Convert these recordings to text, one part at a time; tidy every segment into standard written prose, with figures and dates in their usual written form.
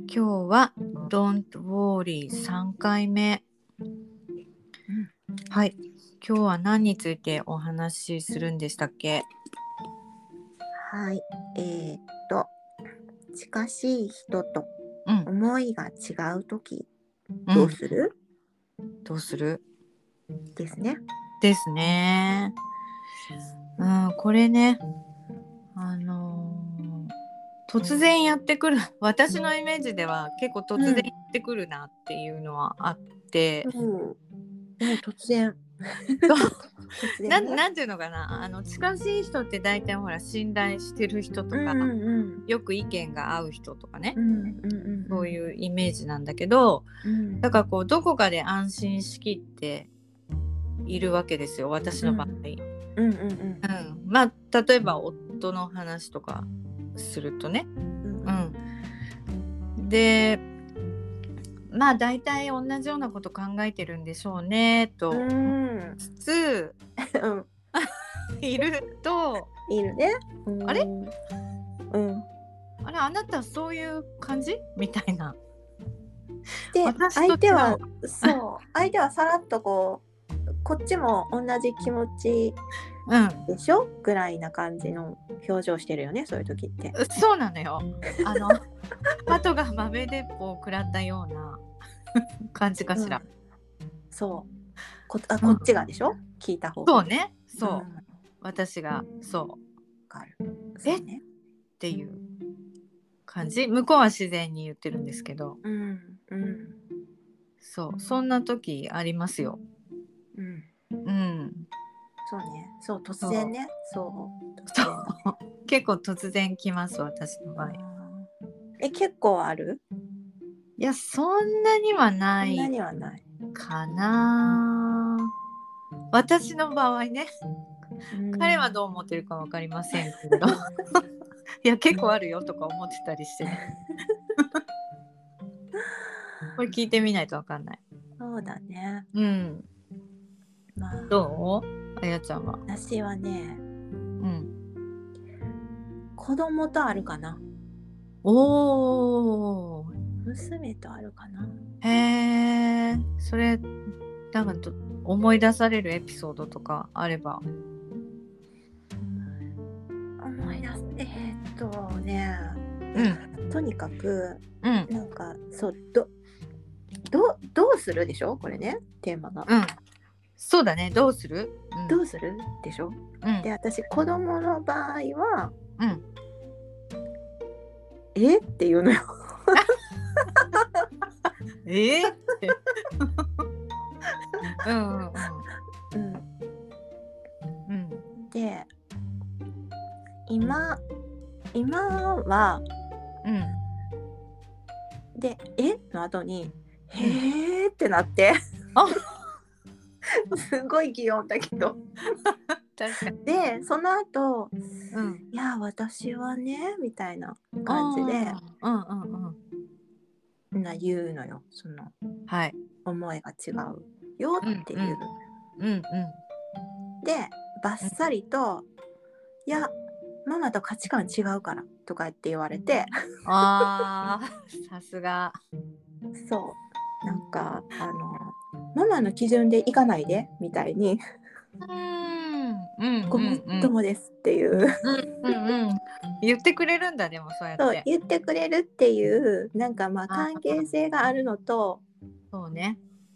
今日は Don't Worry 3回目、はい。今日は何についてお話しするんでしたっけ？ はい。近しい人とうん思いが違うとき、 うんどうする、 どうするですね。 ですね。これね、突然やってくる私のイメージでは結構突然やってくるなっていうのはあって、 突然突然ね。 なんていうのかな、近しい人って大体ほら信頼してる人とか、よく意見が合う人とかね、そういうイメージなんだけど、だからこうどこかで安心しきっているわけですよ、私の場合。まあ例えば夫の話とかするとね、でまあ大体同じようなこと考えてるんでしょうねとつつ、いるといるね。 あれあなたそういう感じみたいな。 で、 私と違う相手はさらっとこっちも同じ気持ちでしょ、ぐらいな感じの表情してるよね、そういう時って。 そうなのよ。鳩が豆鉄砲を食らったような感じかしら。 こっちがでしょ、聞いた方が。 そうね、そう、私がっていう感じ。向こうは自然に言ってるんですけど、そんな時ありますよ。 そう突然ね。 結構突然来ます、私の場合。 結構ある？ いや、そんなにはないかな。私の場合ね、彼はどう思ってるか分かりませんけれどいや結構あるよとか思ってたりしてねこれ聞いてみないと分かんない。 そうだね。 どう？あやちゃんは。 私はね、子供とあるかな。娘とあるかな。 へえ、それなんか思い出されるエピソードとかあれば。 思い出すとにかく、なんかどうするでしょ、これね、テーマが。 そうだね、どうする、 どうするでしょ、で私子供の場合は、っていうのよってで、今は、での後にへーってなってすごい擬音だけど確かに。 でその後、いや私はねみたいな感じで言うのよ、その、思いが違うよっていう、でバッサリと、いやママと価値観違うからとかって言われてさすが。 そう、なんかママの基準でいかないでみたいにごもっともですっていう言ってくれるんだ。でもそうやって。 そう言ってくれるっていうなんかまあ関係性があるのと、 そうね。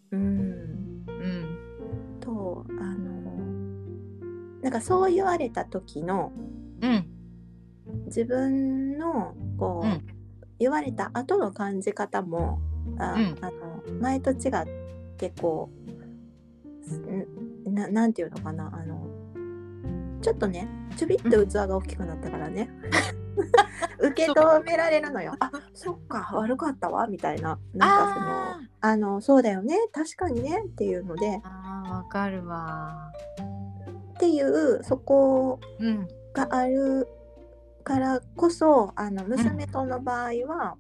となんかそう言われた時の、自分のこう、言われた後の感じ方も前と違ってこうなんていうのかな、ちょっとねちょびっと器が大きくなったからね受け止められるのよ。そっか悪かったわみたいな、なんかそうだよね確かにねっていうので、 わかるわっていうそこがあるからこそ、娘との場合は、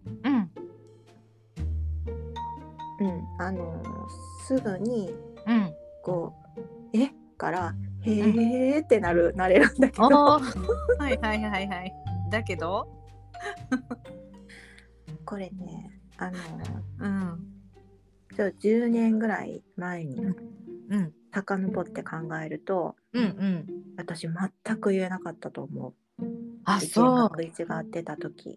すぐにこうからへーってなれるんだけどだけどこれね、 10年ぐらい前に遡って考えると、私全く言えなかったと思う。意見が食い違ってた時。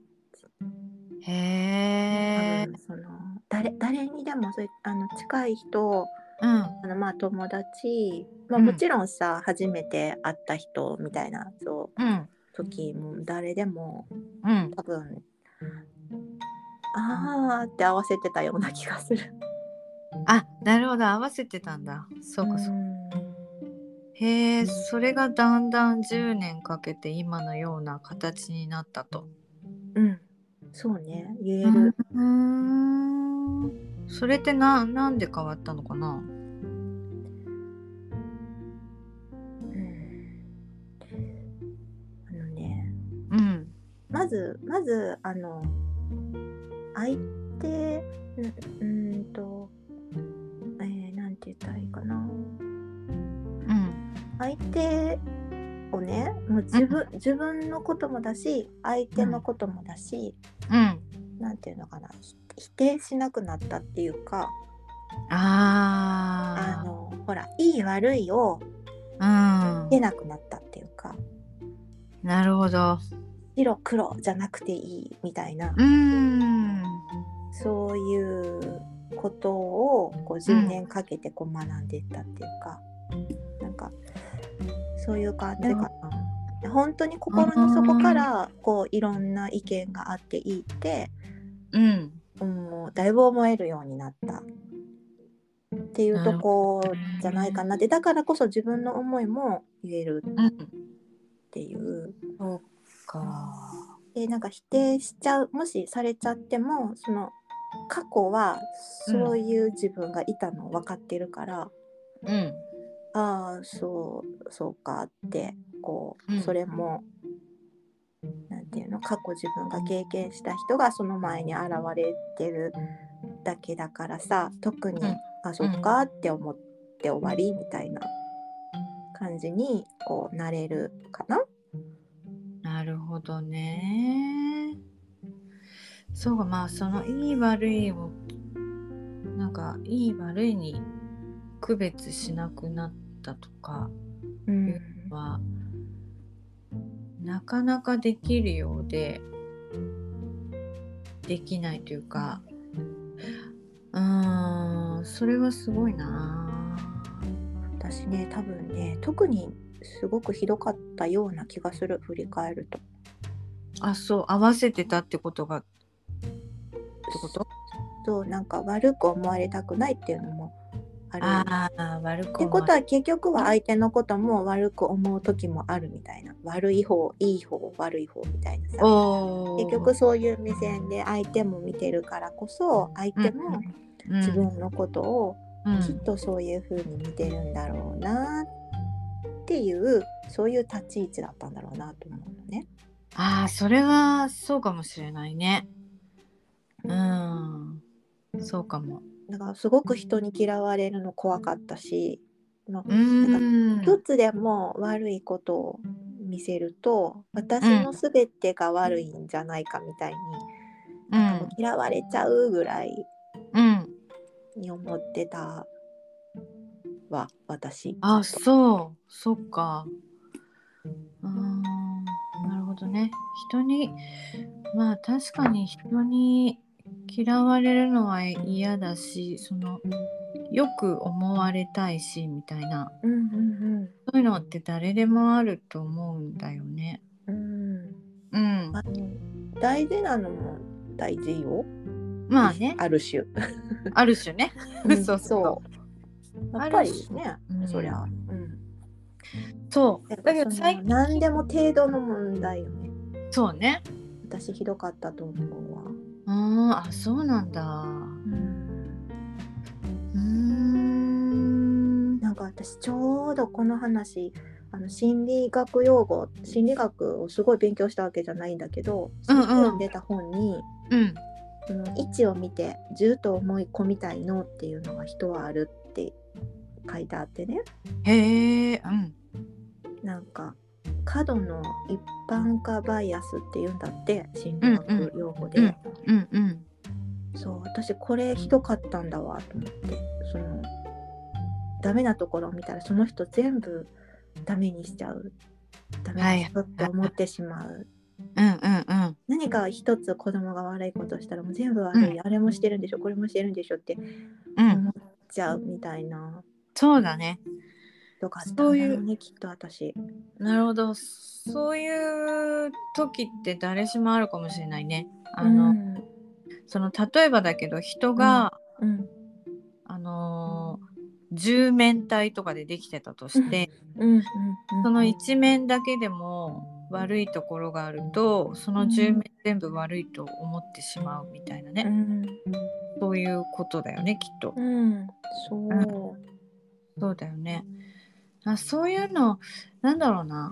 へー。 多分誰にでもそういう近い人、友達、もちろんさ、初めて会った人みたいな時も誰でも、多分あーって合わせてたような気がする。 なるほど、合わせてたんだ。そうかそうか。へえ、それがだんだん10年かけて今のような形になったと。 そうね、言える。 それってなんで変わったのかな。 まず相手なんて言ったらいいかな。相手をね、もう自分のこともだし、相手のこともだし、なんていうのかな、否定しなくなったっていうか、ほら、いい悪いを出なくなったっていうか。 なるほど。 白黒じゃなくていいみたいな、そういうことを10年かけて学んでいったっていうか、なんかそういう感じかな。本当に心の底からいろんな意見があっていいって、もうだいぶ思えるようになったっていうとこじゃないかなって。だからこそ自分の思いも言えるっていう。 そうか。 でなんか否定しちゃう、もしされちゃっても、その過去はそういう自分がいたの分かってるから、ああそうかってそれもなんていうの、過去自分が経験した人がその前に現れてるだけだからさ、特にそっかって思って終わりみたいな感じになれるかな。 なるほどね。そうか、そのいい悪いをなんかいい悪いに区別しなくなったとかいうのは、なかなかできるようでできないというか、それはすごいな。 私ね、多分ね、特にすごくひどかったような気がする、振り返ると。 そう、合わせてたってことがってこと？ そう、なんか悪く思われたくないっていうのもある。 悪く思われってことは結局は相手のことも悪く思う時もあるみたいな、悪い方、いい方、悪い方みたいなさ、結局そういう目線で相手も見てるからこそ、相手も自分のことをきっとそういう風に見てるんだろうなっていう、そういう立ち位置だったんだろうなと思うのね。 それはそうかもしれないね。そうかも。 だからすごく人に嫌われるの怖かったし、なんか一つでも悪いことを見せると、私の全てが悪いんじゃないかみたいに、なんかもう嫌われちゃうぐらいに思ってたわ、私。 そうか。なるほどね。確かに人に嫌われるのは嫌だし、よく思われたいしみたいな、そういうのって誰でもあると思うんだよね。 大事なのも大事よ。 ね。 ある種。 ある種ね。 そうやっぱりね、そりゃ。 そうだけど何でも程度の問題よね。 そうね。 私ひどかったと思うわ。 そうなんだ。 なんか私ちょうどこの話、心理学をすごい勉強したわけじゃないんだけど、読んでた本に、その位置を見てずっと思い込みたいのっていうのが人はあるって書いてあってね。なんか過度の一般化バイアスっていうんだって、心理学用語で。 そう私これひどかったんだわと思って、そのダメなところを見たらその人全部ダメにしちゃう、ダメな人って思ってしまう、何か一つ子供が悪いことをしたらもう全部悪い、あれもしてるんでしょこれもしてるんでしょって思っちゃうみたいな、 そうだね、 とかったんだろうねきっと私。 なるほど、そういう時って誰しもあるかもしれないね。その例えばだけど人が、10面体とかでできてたとして、その1面だけでも悪いところがあるとその10面全部悪いと思ってしまうみたいなね、そういうことだよねきっと。そうだよね。そういうのなんだろうな、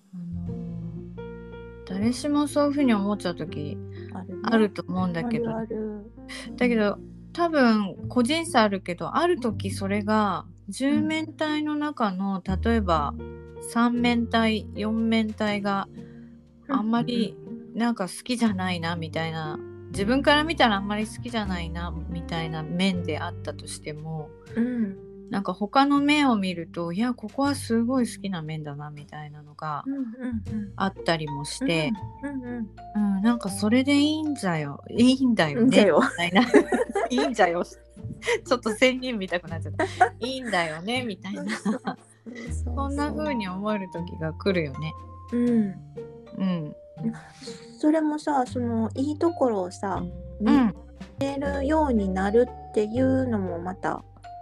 誰しもそういうふうに思っちゃう時あると思うんだけど、だけど多分個人差あるけど、ある時それが10面体の中の例えば3面体4面体があんまりなんか好きじゃないなみたいな、自分から見たらあんまり好きじゃないなみたいな面であったとしても、なんか他の面を見るといやここはすごい好きな面だなみたいなのがあったりもして、なんかそれでいいんだよねみたいないいんだよちょっと仙人見たくなっちゃったいいんだよねみたいなそんな風に思える時が来るよね。 それもさ、そのいいところをさ見えるようになるっていうのもまた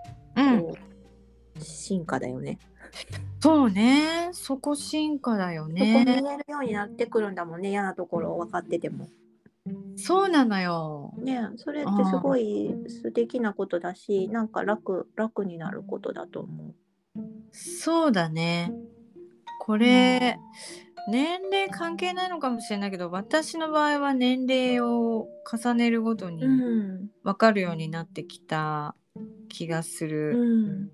進化だよね。 そうね、そこ進化だよね。 そこ見えるようになってくるんだもんね、嫌なところを分かってても。 そうなのよ。 ね、それってすごい素敵なことだし、なんか楽になることだと思う。 そうだね。これ、年齢関係ないのかもしれないけど、私の場合は年齢を重ねるごとに分かるようになってきた気がする。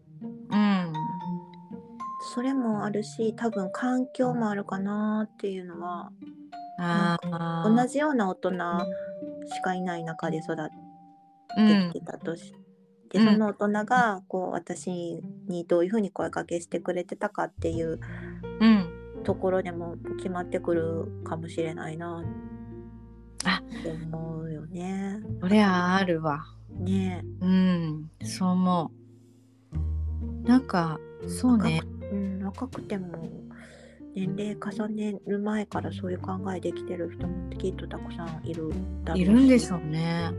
それもあるし、多分環境もあるかなっていうのは、同じような大人しかいない中で育ってきてたとして、その大人がこう私にどういうふうに声かけしてくれてたかっていうところでも決まってくるかもしれないなって思うよね。 そりゃあるわ。 ね。 そう思う。なんかそうね。 若くても年齢重ねる前からそういう考えできてる人もきっとたくさんいるだろうし。 いるんでしょうね。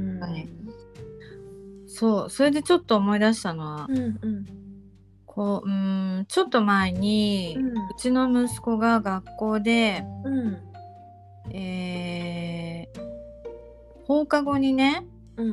そう、それでちょっと思い出したのは、ちょっと前に、うちの息子が学校で、放課後にね、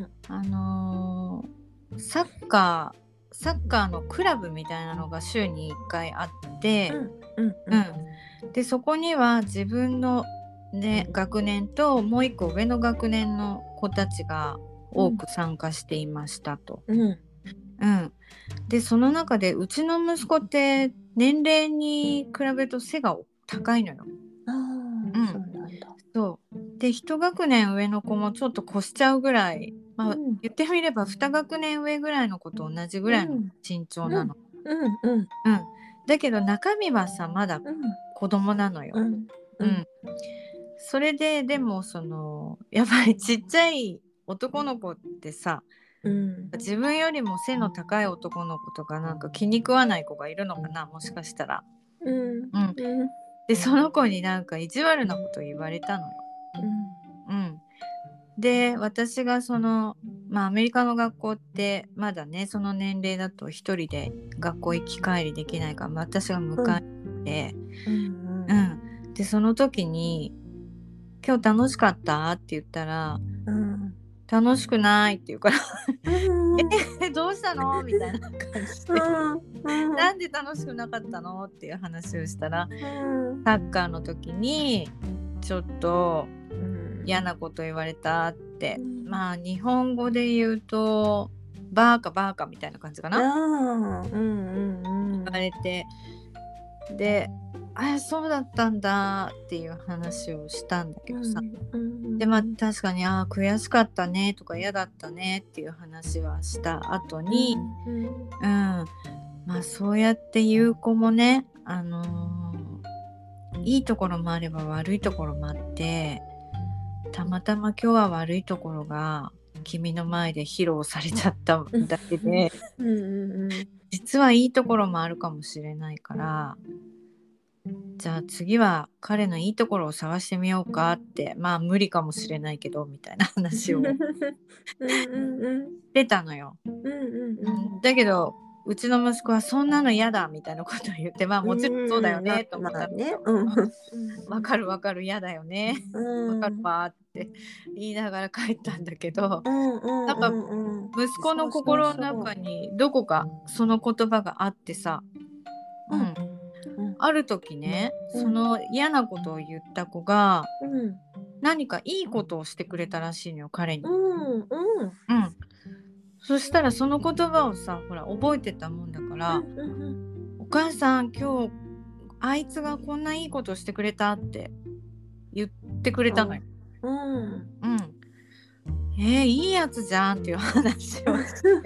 サッカーのクラブみたいなのが週に1回あって、でそこには自分の、ね、学年ともう一個上の学年の子たちが多く参加していましたと。でその中でうちの息子って年齢に比べると背が高いのよ。そうで1学年上の子もちょっと越しちゃうぐらい、言ってみれば2学年上ぐらいの子と同じぐらいの身長なの。だけど中身はさまだ子供なのよ。それででもそのやっぱりちっちゃい男の子ってさ、自分よりも背の高い男の子とかなんか気に食わない子がいるのかな、もしかしたら。でその子になんか意地悪なこと言われたのよ。で私がそのアメリカの学校ってまだねその年齢だと一人で学校行き帰りできないから、私が迎えて、でその時に「今日楽しかった?」って言ったら「楽しくない」って言うからどうしたのみたいな感じでなんで楽しくなかったのっていう話をしたら、サッカーの時にちょっと嫌なこと言われたって、日本語で言うとバーカみたいな感じかな、言われて、でそうだったんだっていう話をしたんだけどさ、でまあ確かに悔しかったねとか嫌だったねっていう話はした後に、まあそうやって言う子もね、いいところもあれば悪いところもあって、たまたま今日は悪いところが君の前で披露されちゃっただけで実はいいところもあるかもしれないから、じゃあ次は彼のいいところを探してみようかって、まあ無理かもしれないけどみたいな話を出たのよ。だけどうちの息子はそんなの嫌だみたいなことを言って、まあもちろんそうだよねと思ったんだけど、わかるわかる嫌だよねわかるわって言いながら帰ったんだけど、なんか息子の心の中にどこかその言葉があってさ、ある時ね、その嫌なことを言った子が、何かいいことをしてくれたらしいのよ彼に。そしたらその言葉をさ、ほら覚えてたもんだから、お母さん今日あいつがこんないいことをしてくれたって言ってくれたのよ。いいやつじゃんっていう話をして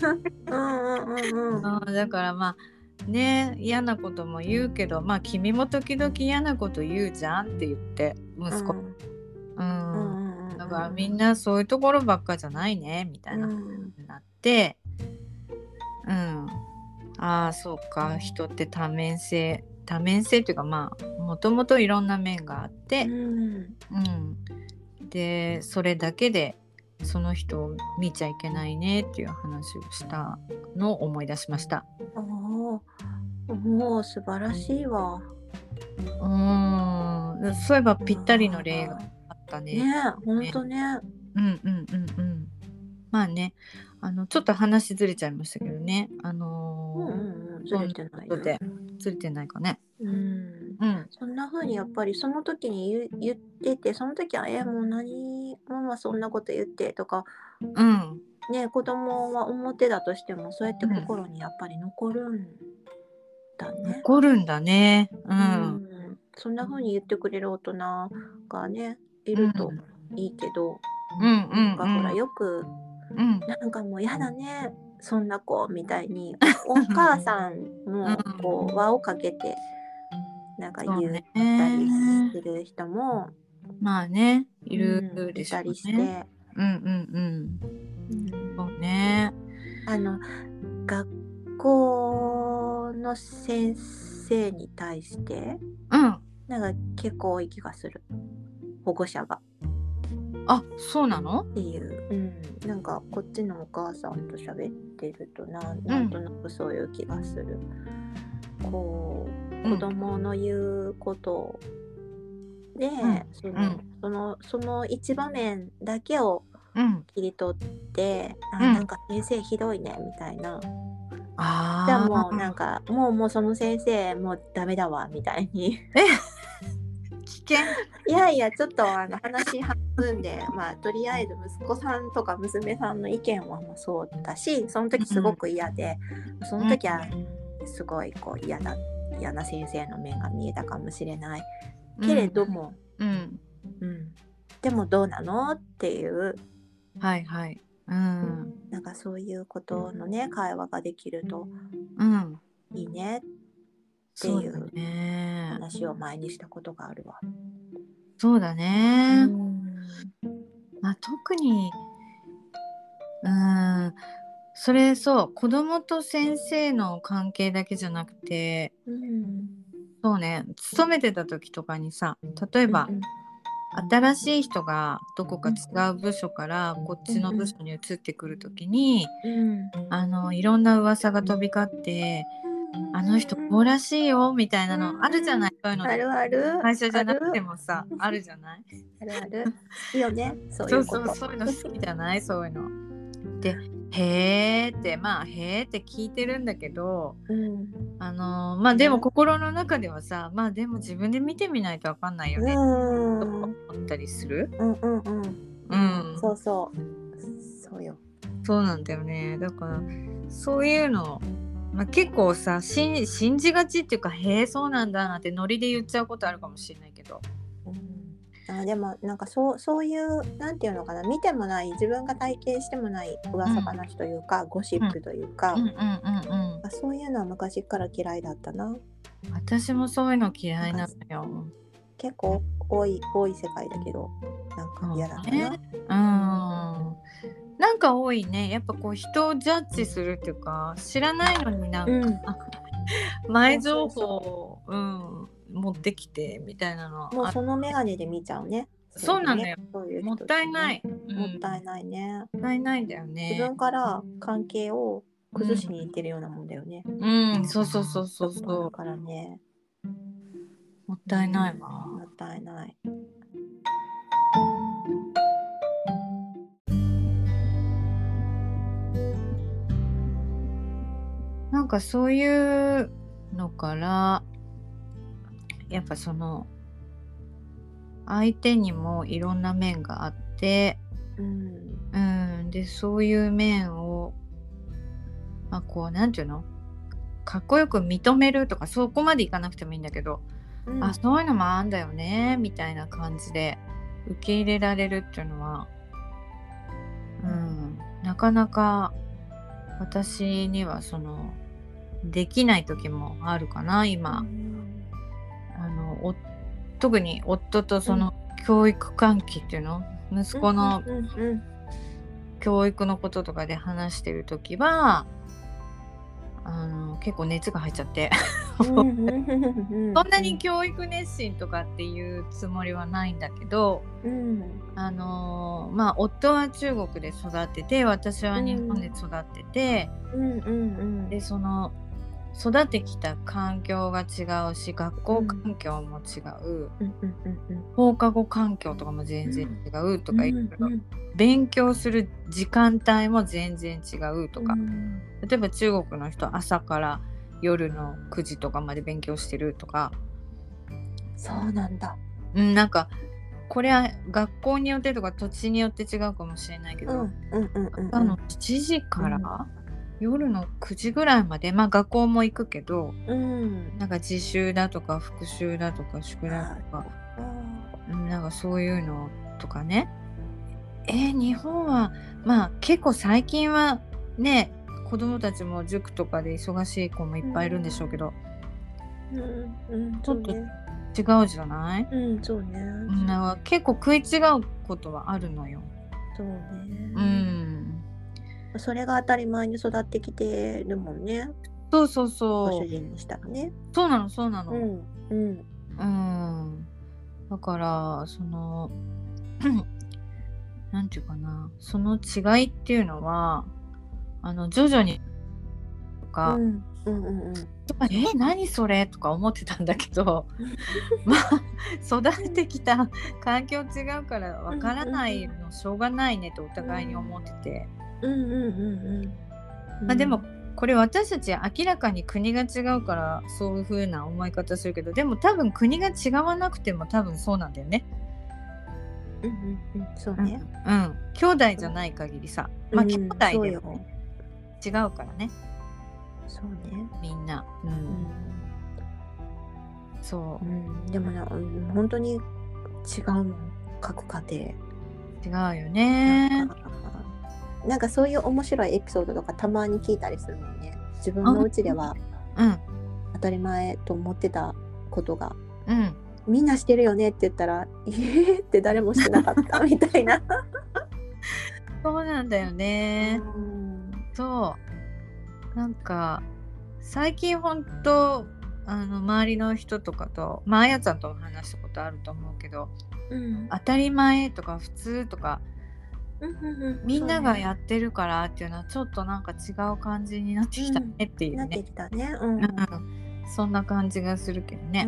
だからまあね、嫌なことも言うけど、まあ君も時々嫌なこと言うじゃんって言って息子、だからみんなそういうところばっかじゃないねみたいな話になって、そうか、人って多面性っていうか、まあもともといろんな面があって、でそれだけでその人を見ちゃいけないねっていう話をしたのを思い出しました。 もう素晴らしいわ。 そういえばぴったりの例があったね。 ほんとね。 まあね、ちょっと話ずれちゃいましたけどね。 ずれてないよ。 ずれてないかね。 そんな風にやっぱりその時に言ってて、その時はもう何ママそんなこと言ってとか、ね、子供は表だとしてもそうやって心にやっぱり残るんだね。 残るんだね。 そんな風に言ってくれる大人がねいるといいけど、なんかほらよく、なんかもうやだねそんな子みたいにお母さんもこう輪をかけてなんか言ったりする人も、 まあねいるでしょうね。 いたりして、 そうね。 学校の先生に対して、なんか結構多い気がする、保護者が。 そうなの？ っていう、なんかこっちのお母さんと喋ってるとなんとなくそういう気がする。こう子供の言うことで、その一場面だけを切り取って、なんか先生ひどいねみたいな。じゃあもうなんかもうその先生もうダメだわみたいに。 危険。 いやちょっと話半分でとりあえず息子さんとか娘さんの意見はそうだし、その時すごく嫌で、その時はすごいこう嫌な先生の面が見えたかもしれないけれども、でもどうなのっていう、なんかそういうことのね会話ができるといいねっていう話を前にしたことがあるわ。 そうだね。特にそれそう子供と先生の関係だけじゃなくて、そうね、勤めてた時とかにさ、例えば、新しい人がどこか違う部署からこっちの部署に移ってくる時に、いろんな噂が飛び交って、あの人こうらしいよみたいなのあるじゃない。そういうのあるある。 会社じゃなくてもさあるじゃない。 あるある。好きよね。そういうこと。 そういうの好きじゃない。そういうのでへーってへーって聞いてるんだけど、でも心の中ではさ、でも自分で見てみないと分かんないよねと思ったりする。そうよ。そうなんだよね。だからそういうの結構さ信じがちっていうか、へえそうなんだなってノリで言っちゃうことあるかもしれないけど、 でもなんかそういうなんていうのかな、見てもない自分が体験してもない噂話というか、ゴシップというか、そういうのは昔から嫌いだったな。 私もそういうの嫌いなのよ。 結構多い世界だけどなんか嫌だったな。なんか多いね。やっぱこう人をジャッジするっていうか、知らないのになんか、前情報を持ってきてみたいなの。 もうその眼鏡で見ちゃうね。 そうなのよ。もったいない。 もったいないね。 もったいないんだよね。 自分から関係を崩しにいってるようなもんだよね。 そうだからね。 もったいないわ。 もったいない。 なんかそういうのからやっぱその相手にもいろんな面があって、でそういう面をこうなんていうの、かっこよく認めるとかそこまでいかなくてもいいんだけど、そういうのもあんだよねみたいな感じで受け入れられるっていうのは、なかなか私にはそのできない時もあるかな今。特に夫とその教育関係っていうの、息子の教育のこととかで話してる時は結構熱が入っちゃってそんなに教育熱心とかっていうつもりはないんだけど、夫は中国で育ってて私は日本で育ってて、でその育ってきた環境が違うし学校環境も違う、放課後環境とかも全然違うとか言うけど、勉強する時間帯も全然違うとか、例えば中国の人朝から夜の9時とかまで勉強してるとか。 そうなんだ。 なんかこれは学校によってとか土地によって違うかもしれないけど、7時から夜の9時ぐらいまで、学校も行くけど、なんか自習だとか復習だとか宿題とか、なんかそういうのとかね。日本は結構最近はね子供たちも塾とかで忙しい子もいっぱいいるんでしょうけど、ちょっと違うじゃない？ そうね。 なんか結構食い違うことはあるのよ。 そうね。それが当たり前に育ってきてるもんね。 そうご主人にしたらね。 そうなの。だからそのなんていうかな、その違いっていうのは徐々にとか、何それとか思ってたんだけど育ってきた環境違うからわからないのしょうがないねとお互いに思ってて、でもこれ私たち明らかに国が違うからそういう風な思い方するけど、でも多分国が違わなくても多分そうなんだよね。 そうね。 兄弟じゃない限りさ、兄弟でも、違うからね。 そうね。 みんな。そう。 でもね、本当に違うもん、各家庭。違うよね。 なんかそういう面白いエピソードとかたまに聞いたりするもんね。自分のうちでは当たり前と思ってたことが、みんなしてるよねって言ったらって誰もしてなかったみたいなそうなんだよね。なんか最近ほんと周りの人とかとあやちゃんとも話したことあると思うけど、当たり前とか普通とか、みんながやってるからっていうのはちょっとなんか違う感じになってきたねっていうね。 なってきたね。 そんな感じがするけどね。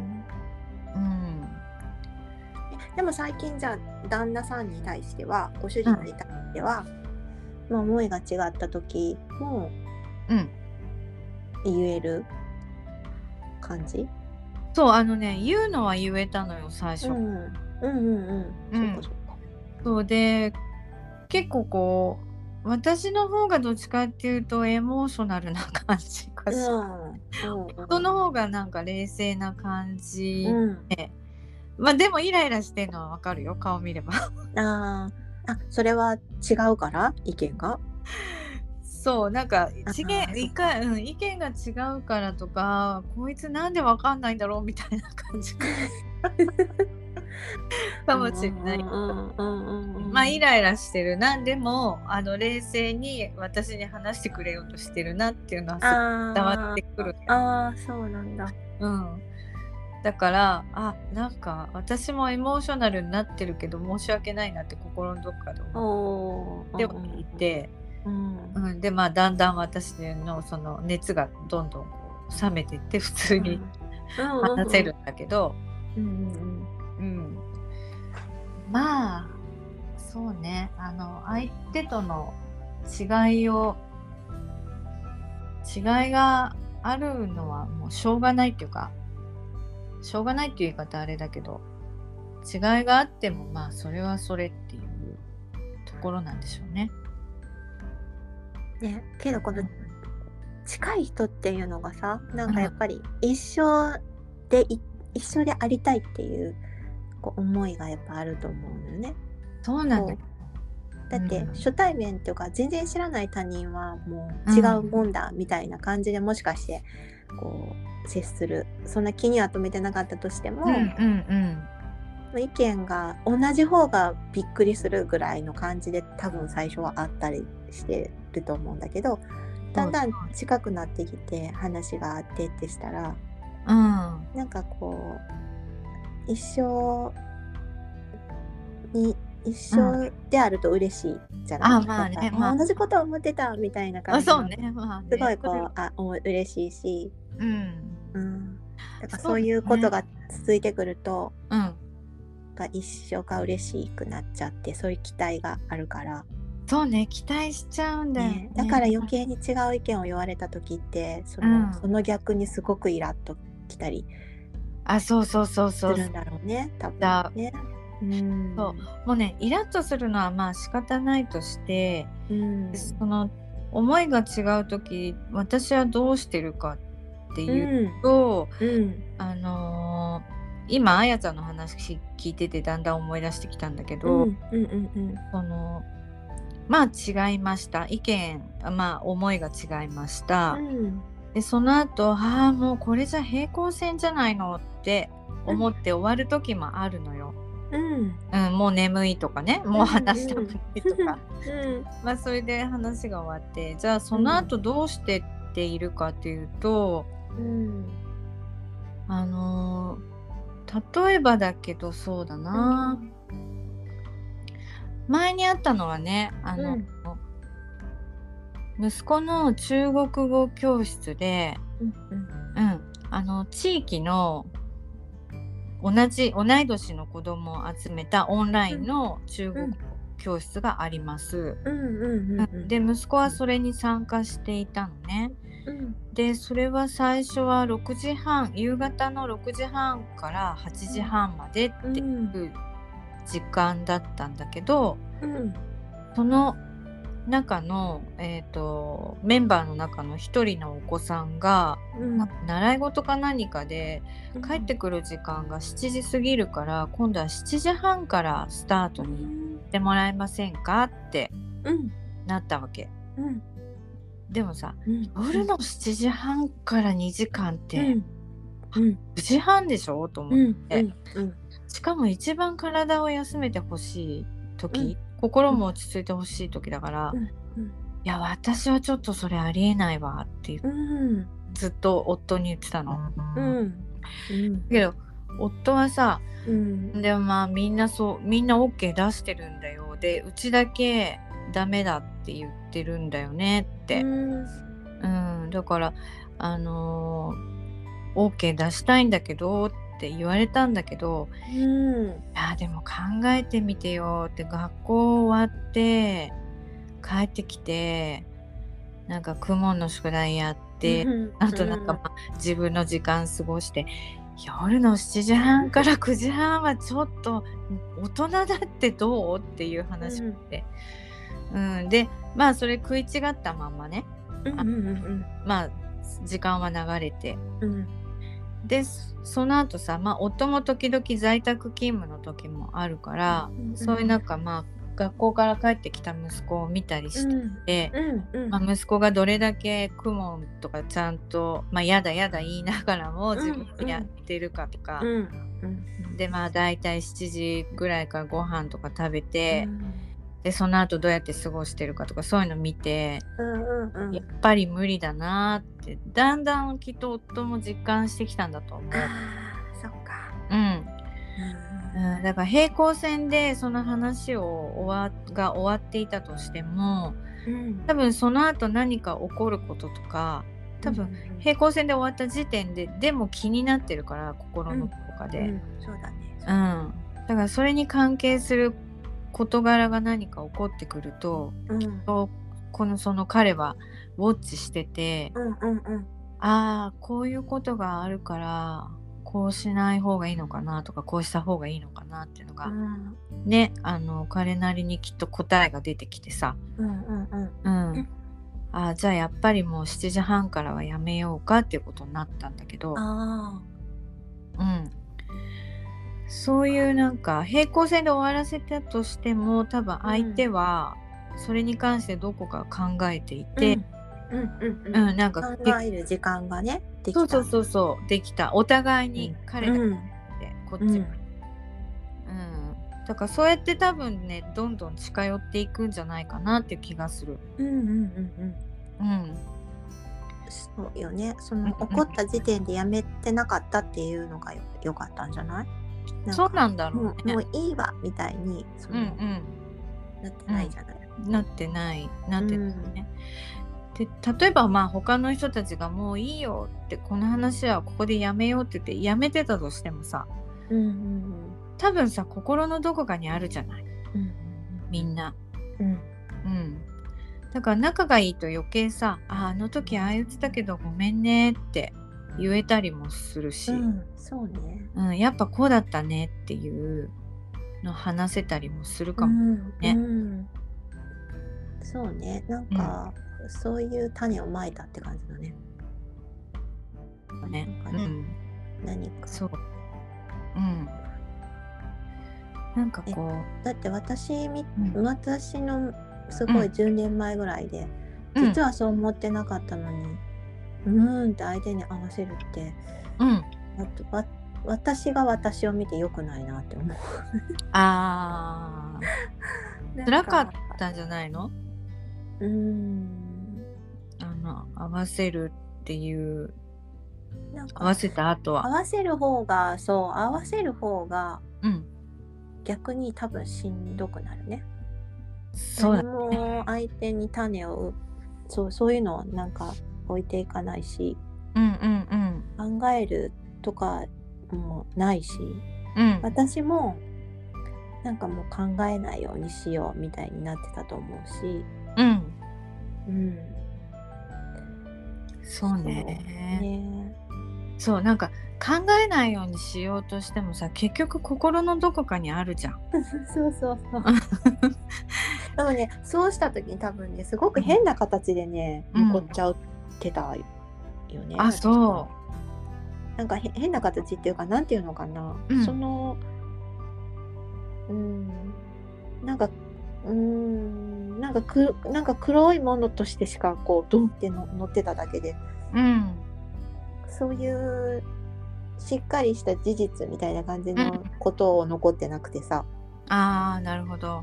でも最近じゃあ旦那さんに対してはご主人に対しては、思いが違った時も言える感じ？ そう言うのは言えたのよ最初。そうで結構こう私の方がどっちかっていうとエモーショナルな感じかしら、夫の方がなんか冷静な感じで、まあでもイライラしてるのはわかるよ、顔見ればあ、それは違うから意見がそう、なんか意見が違うからとか、こいつなんでわかんないんだろうみたいな感じかもしれない。まあイライラしてるな、でも冷静に私に話してくれようとしてるなっていうのは伝わってくる。 そうなんだ。 だからなんか私もエモーショナルになってるけど申し訳ないなって心のどこかで思っていて、でまあだんだん私のその熱がどんどん冷めていって普通に話せるんだけど、まあそうね、相手との違いがあるのはもうしょうがないっていうか、しょうがないっていう言い方あれだけど、違いがあってもまあそれはそれっていうところなんでしょうね。 けどこの近い人っていうのがさ、なんかやっぱり一緒でありたいっていう思いがやっぱあると思うのよね。 そうなんだ。 だって初対面っていうか全然知らない他人はもう違うもんだみたいな感じでもしかして接する、そんな気には留めてなかったとしても、意見が同じ方がびっくりするぐらいの感じで多分最初はあったりしてると思うんだけど、だんだん近くなってきて話があってってしたら、なんか一緒であると嬉しいじゃないですか。同じことを思ってたみたいな感じで、すごい嬉しいし、だからそういうことが続いてくると、一緒が嬉しくなっちゃって、そういう期待があるから。 そうね、期待しちゃうんだよね。 だから余計に違う意見を言われた時ってその逆にすごくイラッときたりそうするんだろうね、多分ね。 そうもうね、イラッとするのはまあ仕方ないとして、その思いが違う時私はどうしてるかっていうと、今あやちゃんの話聞いててだんだん思い出してきたんだけど、まあ違いました、意見思いが違いました、でその後もうこれじゃ平行線じゃないのって思って終わる時もあるのよ。もう眠いとかね、もう話したくないとか、それで話が終わって、じゃあその後どうしてっているかっていうと、例えばだけどそうだな、前にあったのはね、息子の中国語教室で、地域の同い年の子供を集めたオンラインの中国語教室があります。で息子はそれに参加していたのね。でそれは最初は夕方の6時半から8時半までっていう時間だったんだけど、その中の、メンバーの中の一人のお子さんが、習い事か何かで帰ってくる時間が7時過ぎるから、今度は7時半からスタートに行ってもらえませんかってなったわけ。でもさ、夜の7時半から2時間って9時半でしょと思って、しかも一番体を休めてほしい時、心も落ち着いてほしい時だから、いや私はちょっとそれありえないわってずっと夫に言ってたの。けど夫はさ、でもみんなOK 出してるんだよ、でうちだけダメだって言ってるんだよねって、だからOK 出したいんだけどって言われたんだけど、いやでも考えてみてよって、学校終わって帰ってきてなんか公文の宿題やって、あとなんか自分の時間過ごして、夜の7時半から9時半はちょっと大人だってどうっていう話をして、 でまあそれ食い違ったまんまね、まあ時間は流れて、でその後さ、まあ夫も時々在宅勤務の時もあるから、そういう中まあ学校から帰ってきた息子を見たりして、まあ、息子がどれだけ公文とかちゃんと、まあ、やだやだ言いながらも自分でやってるかとか、でまあだいたい7時ぐらいからご飯とか食べて、でその後どうやって過ごしてるかとかそういうの見て、やっぱり無理だなってだんだんきっと夫も実感してきたんだと思う。 そっか。 だから平行線でその話が終わっていたとしても、多分その後何か起こることとか多分平行線で終わった時点ででも気になってるから心のどこかで、 そうだね。 だからそれに関係する事柄が何か起こってくると、その彼はウォッチしてて、ああこういうことがあるからこうしない方がいいのかなとかこうした方がいいのかなっていうのが、ね彼なりにきっと答えが出てきてさ、じゃあやっぱりもう7時半からはやめようかっていうことになったんだけど、そういうなんか平行線で終わらせたとしても多分相手はそれに関してどこか考えていて、なんか考える時間がねできた。 そうできた。お互いに彼がって、こっちも、だからそうやって多分ねどんどん近寄っていくんじゃないかなっていう気がする。 そうよね。その起こった時点でやめてなかったっていうのがよかったんじゃない？ そうなんだろうね。 もういいわみたいになってないじゃない。 なってないね。で例えばまあ他の人たちがもういいよってこの話はここでやめようって言ってやめてたとしてもさ、多分さ心のどこかにあるじゃない、みんな、だから仲がいいと余計さあの時ああ言ってたけどごめんねって言えたりもするし、 そうね、 やっぱこうだったねっていうの話せたりもするかもね、 そうね、なんか、そういう種をまいたって感じだね。何かそう、なんかこうだって私のすごい10年前ぐらいで、実はそう思ってなかったのにって相手に合わせるって、私が私を見て良くないなって思う。 辛かったんじゃないの？合わせるっていう合わせた後は合わせる方が逆に多分しんどくなるね。何も相手に種をそういうのをなんか置いていかないし、考えるとかもないし、私もなんかもう考えないようにしようみたいになってたと思うし、 そうね。そうなんか考えないようにしようとしてもさ結局心のどこかにあるじゃん。 そうでもねそうした時に多分ねすごく変な形でね、残っちゃってたよね。そうなんか変な形っていうかなんていうのかな、そのなんか黒いものとしてしかこうドンって乗ってただけで、そういうしっかりした事実みたいな感じのことを残ってなくてさ、 なるほど。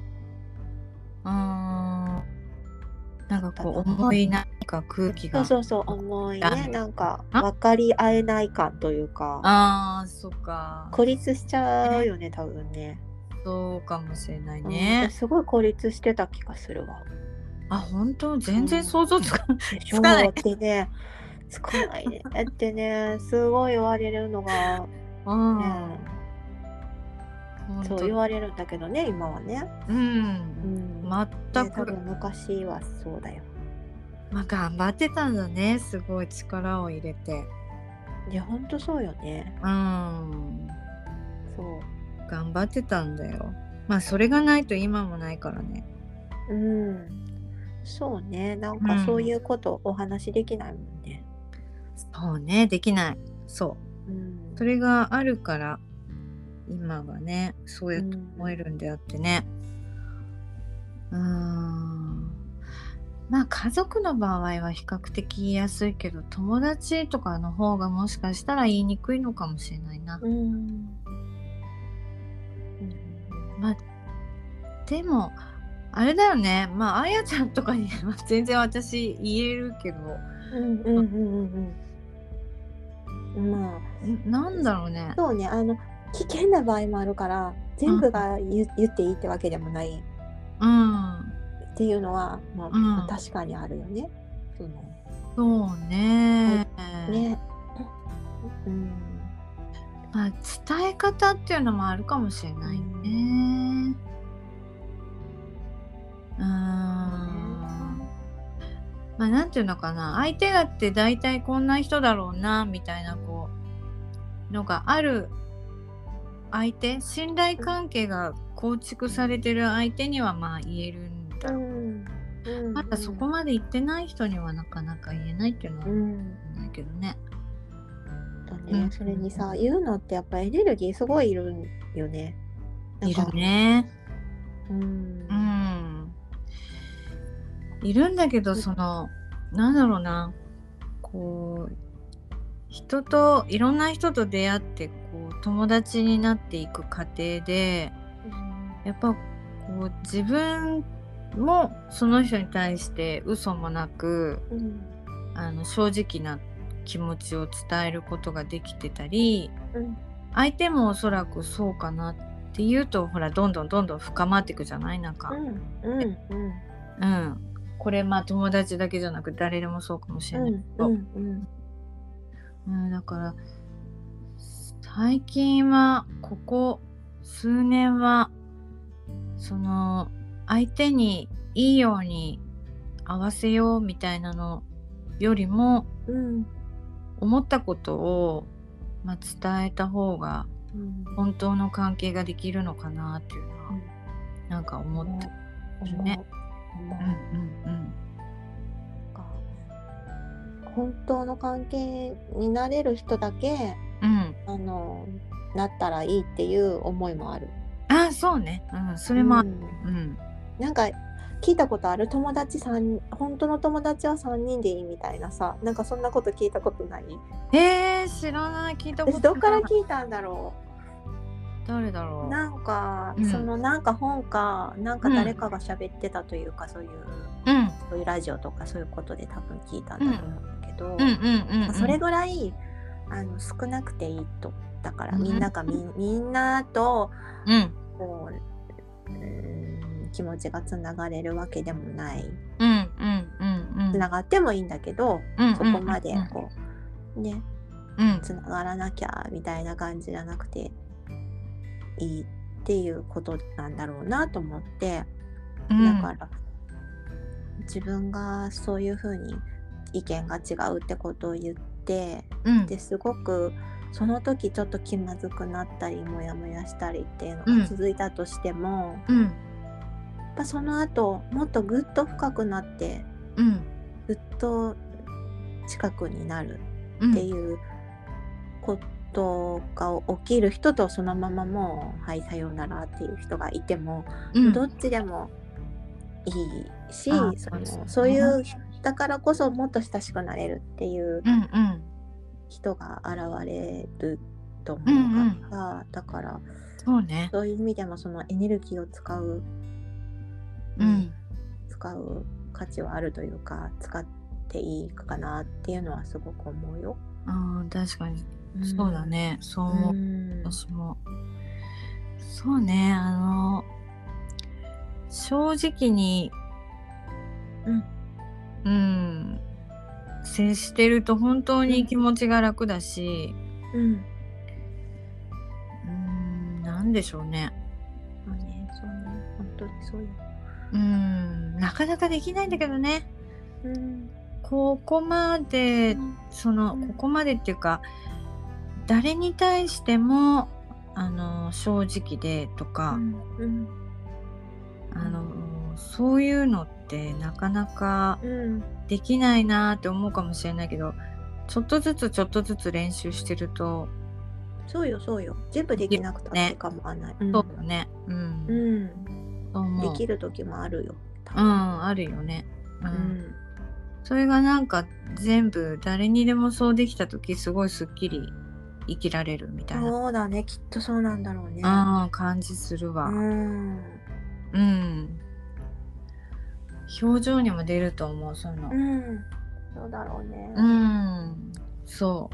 なんかこう重い何か空気がそう重いね、なんか分かり合えない感というか、 そっか孤立しちゃうよね多分ね。 そうかもしれないね。 すごい孤立してた気がするわ。 本当全然想像つかないってね。つかないね。だってねすごい言われるのが、そう言われるんだけどね今はね。全く。昔はそうだよ。 頑張ってたんだね、すごい力を入れて。 いやほんとそうよね。 そう頑張ってたんだよ。それがないと今もないからね。 うん、そうね、なんかそういうことお話できないもんね。 そうね、できない。そう、それがあるから今はねそうやって思えるんであってね。まあ家族の場合は比較的言いやすいけど、友達とかの方がもしかしたら言いにくいのかもしれないな。まあでもあれだよね、まああやちゃんとかには全然私言えるけど、まあなんだろうね。 そうね、危険な場合もあるから全部が言っていいってわけでもない、っていうのは、まあ確かにあるよね。 そうね。 ね。 まあ伝え方っていうのもあるかもしれないね。まあなんていうのかな、相手だって大体こんな人だろうなみたいなこうのがある相手、信頼関係が構築されてる相手にはまあ言えるんだろう。まだそこまで言ってない人にはなかなか言えないっていうのはないけどね。 それにさ、言うのってやっぱエネルギーすごいいるんよね。 いるね。いるんだけど、なんだろうな、こう人といろんな人と出会ってこう友達になっていく過程で、やっぱこう自分もその人に対して嘘もなく、正直な気持ちを伝えることができてたり、相手もおそらくそうかなっていうと、ほらどんどん深まっていくじゃない、なんか。これまあ友達だけじゃなく誰でもそうかもしれないけど、だから最近はここ数年は相手にいいように合わせようみたいなのよりも、思ったことを、伝えた方が本当の関係ができるのかなっていうのは、なんか思ってるね。 本当の関係になれる人だけ、なったらいいっていう思いもある。 そうね、それもある。 なんか聞いたことある、本当の友達は3人でいいみたいなさ、なんかそんなこと聞いたことない？ 知らない、聞いたことない。 どっから聞いたんだろう。誰だろう。 なんか、なんか本かなんか誰かが喋ってたというか、そういうラジオとかそういうことで多分聞いたんだと思うんだけど、それぐらい少なくていいと。だからみんなとこう気持ちがつながれるわけでもない、つながってもいいんだけど、そこまでこうね、つながらなきゃみたいな感じじゃなくていいっていうことなんだろうなと思って、だから自分がそういうふうに意見が違うってことを言って、ですごくその時ちょっと気まずくなったりモヤモヤしたりっていうのが続いたとしても、やっぱその後もっとぐっと深くなって、ぐっと近くになるっていうことが起きる人と、そのままもうはいさようならっていう人がいても、どっちでもいいし、そういうだからこそもっと親しくなれるっていう人が現れると思うから、だからそういう意味でもそのエネルギーを使う価値はあるというか、使っていいかなっていうのはすごく思うよ。 確かにそうだね。そう思う。私もそうね。正直に接してると本当に気持ちが楽だし、なんでしょうね。 そうね、本当にそうよ。 なかなかできないんだけどね。ここまでここまでっていうか、誰に対しても正直でとか、 そういうのってなかなかできないなって思うかもしれないけど、ちょっとずつ練習してると。 そうよ全部できなくたって構わない、 そうよね。 できる時もあるよ。 あるよね。それがなんか全部誰にでもそうできた時、すごいすっきり生きられるみたいな。 そうだね、きっとそうなんだろうね。 感じするわ。表情にも出ると思う、そういうの。 そうだろうね。 そう。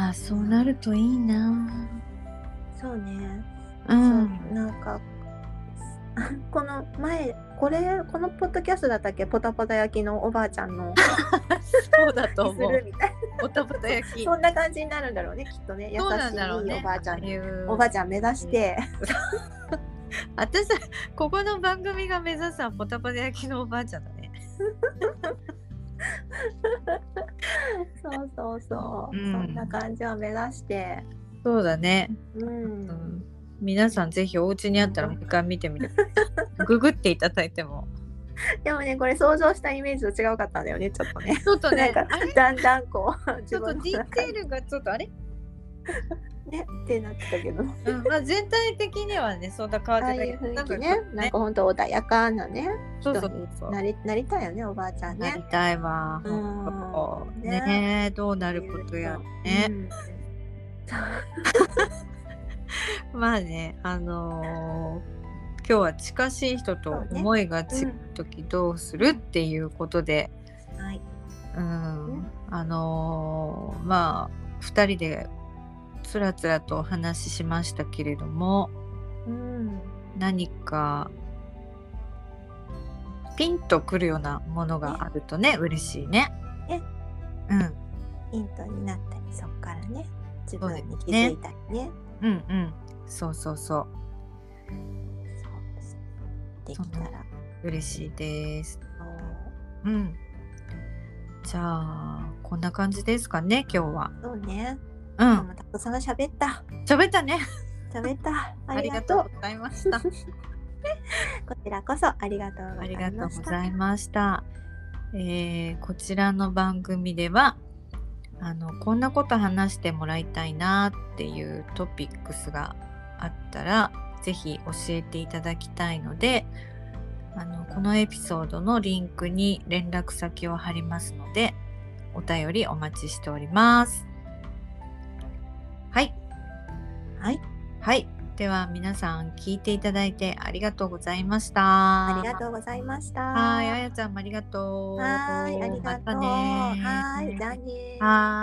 そうなるといいな。 そうね。なんかこの前このポッドキャストだったっけ、ポタポタ焼きのおばあちゃんのそうだと思う。 するみたいなポタポタ焼きそんな感じになるんだろうね、きっとね。優しいおばあちゃん、おばあちゃん目指して私ここの番組が目指すはポタポタ焼きのおばあちゃんだねそう、そんな感じを目指して。 そうだね。皆さんぜひお家にあったらもう一回見てみてググっていただいても。 でもね、これ想像したイメージと違うかったんだよね、ちょっとね。 ちょっとね、 なんかだんだんこうちょっとディテールがちょっとあれねってなってたけど、 全体的にはね、そんな感じだけど、 雰囲気ね、なんかほんと穏やかなね、人になりたいよね、おばあちゃんね。 なりたいわ。ね、どうなることやね。まあね、今日は近しい人と思いが違う時どうするっていうことで、まあ2人でつらつらとお話ししましたけれども、何かピンとくるようなものがあるとね、嬉しいね。 ヒントになったり、そっからね、自分に気づいたりね。 そうできたら嬉しいです。じゃあこんな感じですかね、今日は。 そうね。たくさん喋ったね。ありがとうございました。こちらこそありがとうございました。 こちらの番組ではこんなこと話してもらいたいなっていうトピックスがあったらぜひ教えていただきたいので、このエピソードのリンクに連絡先を貼りますので、お便りお待ちしております。はい、では皆さん聞いていただいてありがとうございました。 ありがとうございました。 あやちゃんもありがとう。 ありがとう。 またね。 じゃあね。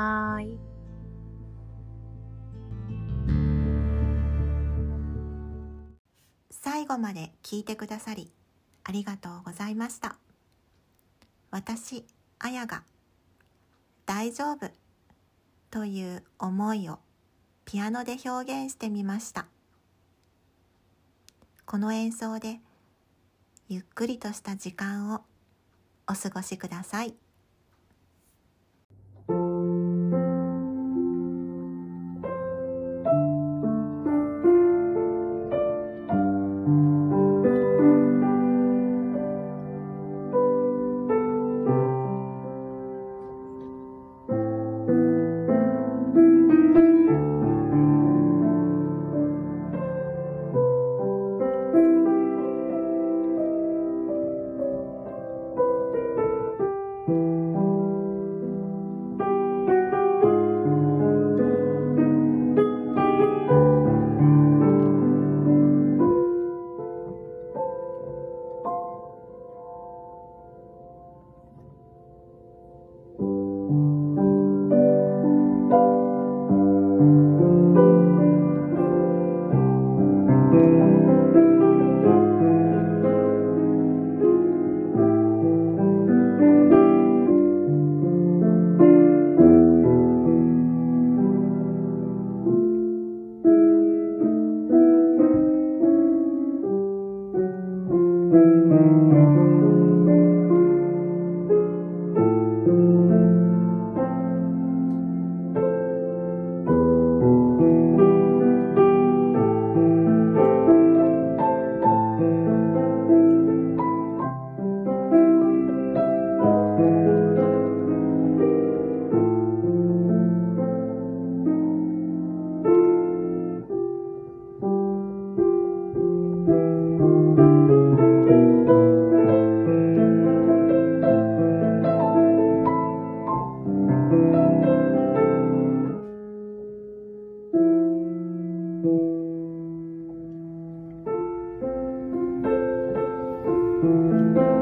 最後まで聞いてくださりありがとうございました。私、あやが大丈夫という思いをピアノで表現してみました。この演奏でゆっくりとした時間をお過ごしください。 す。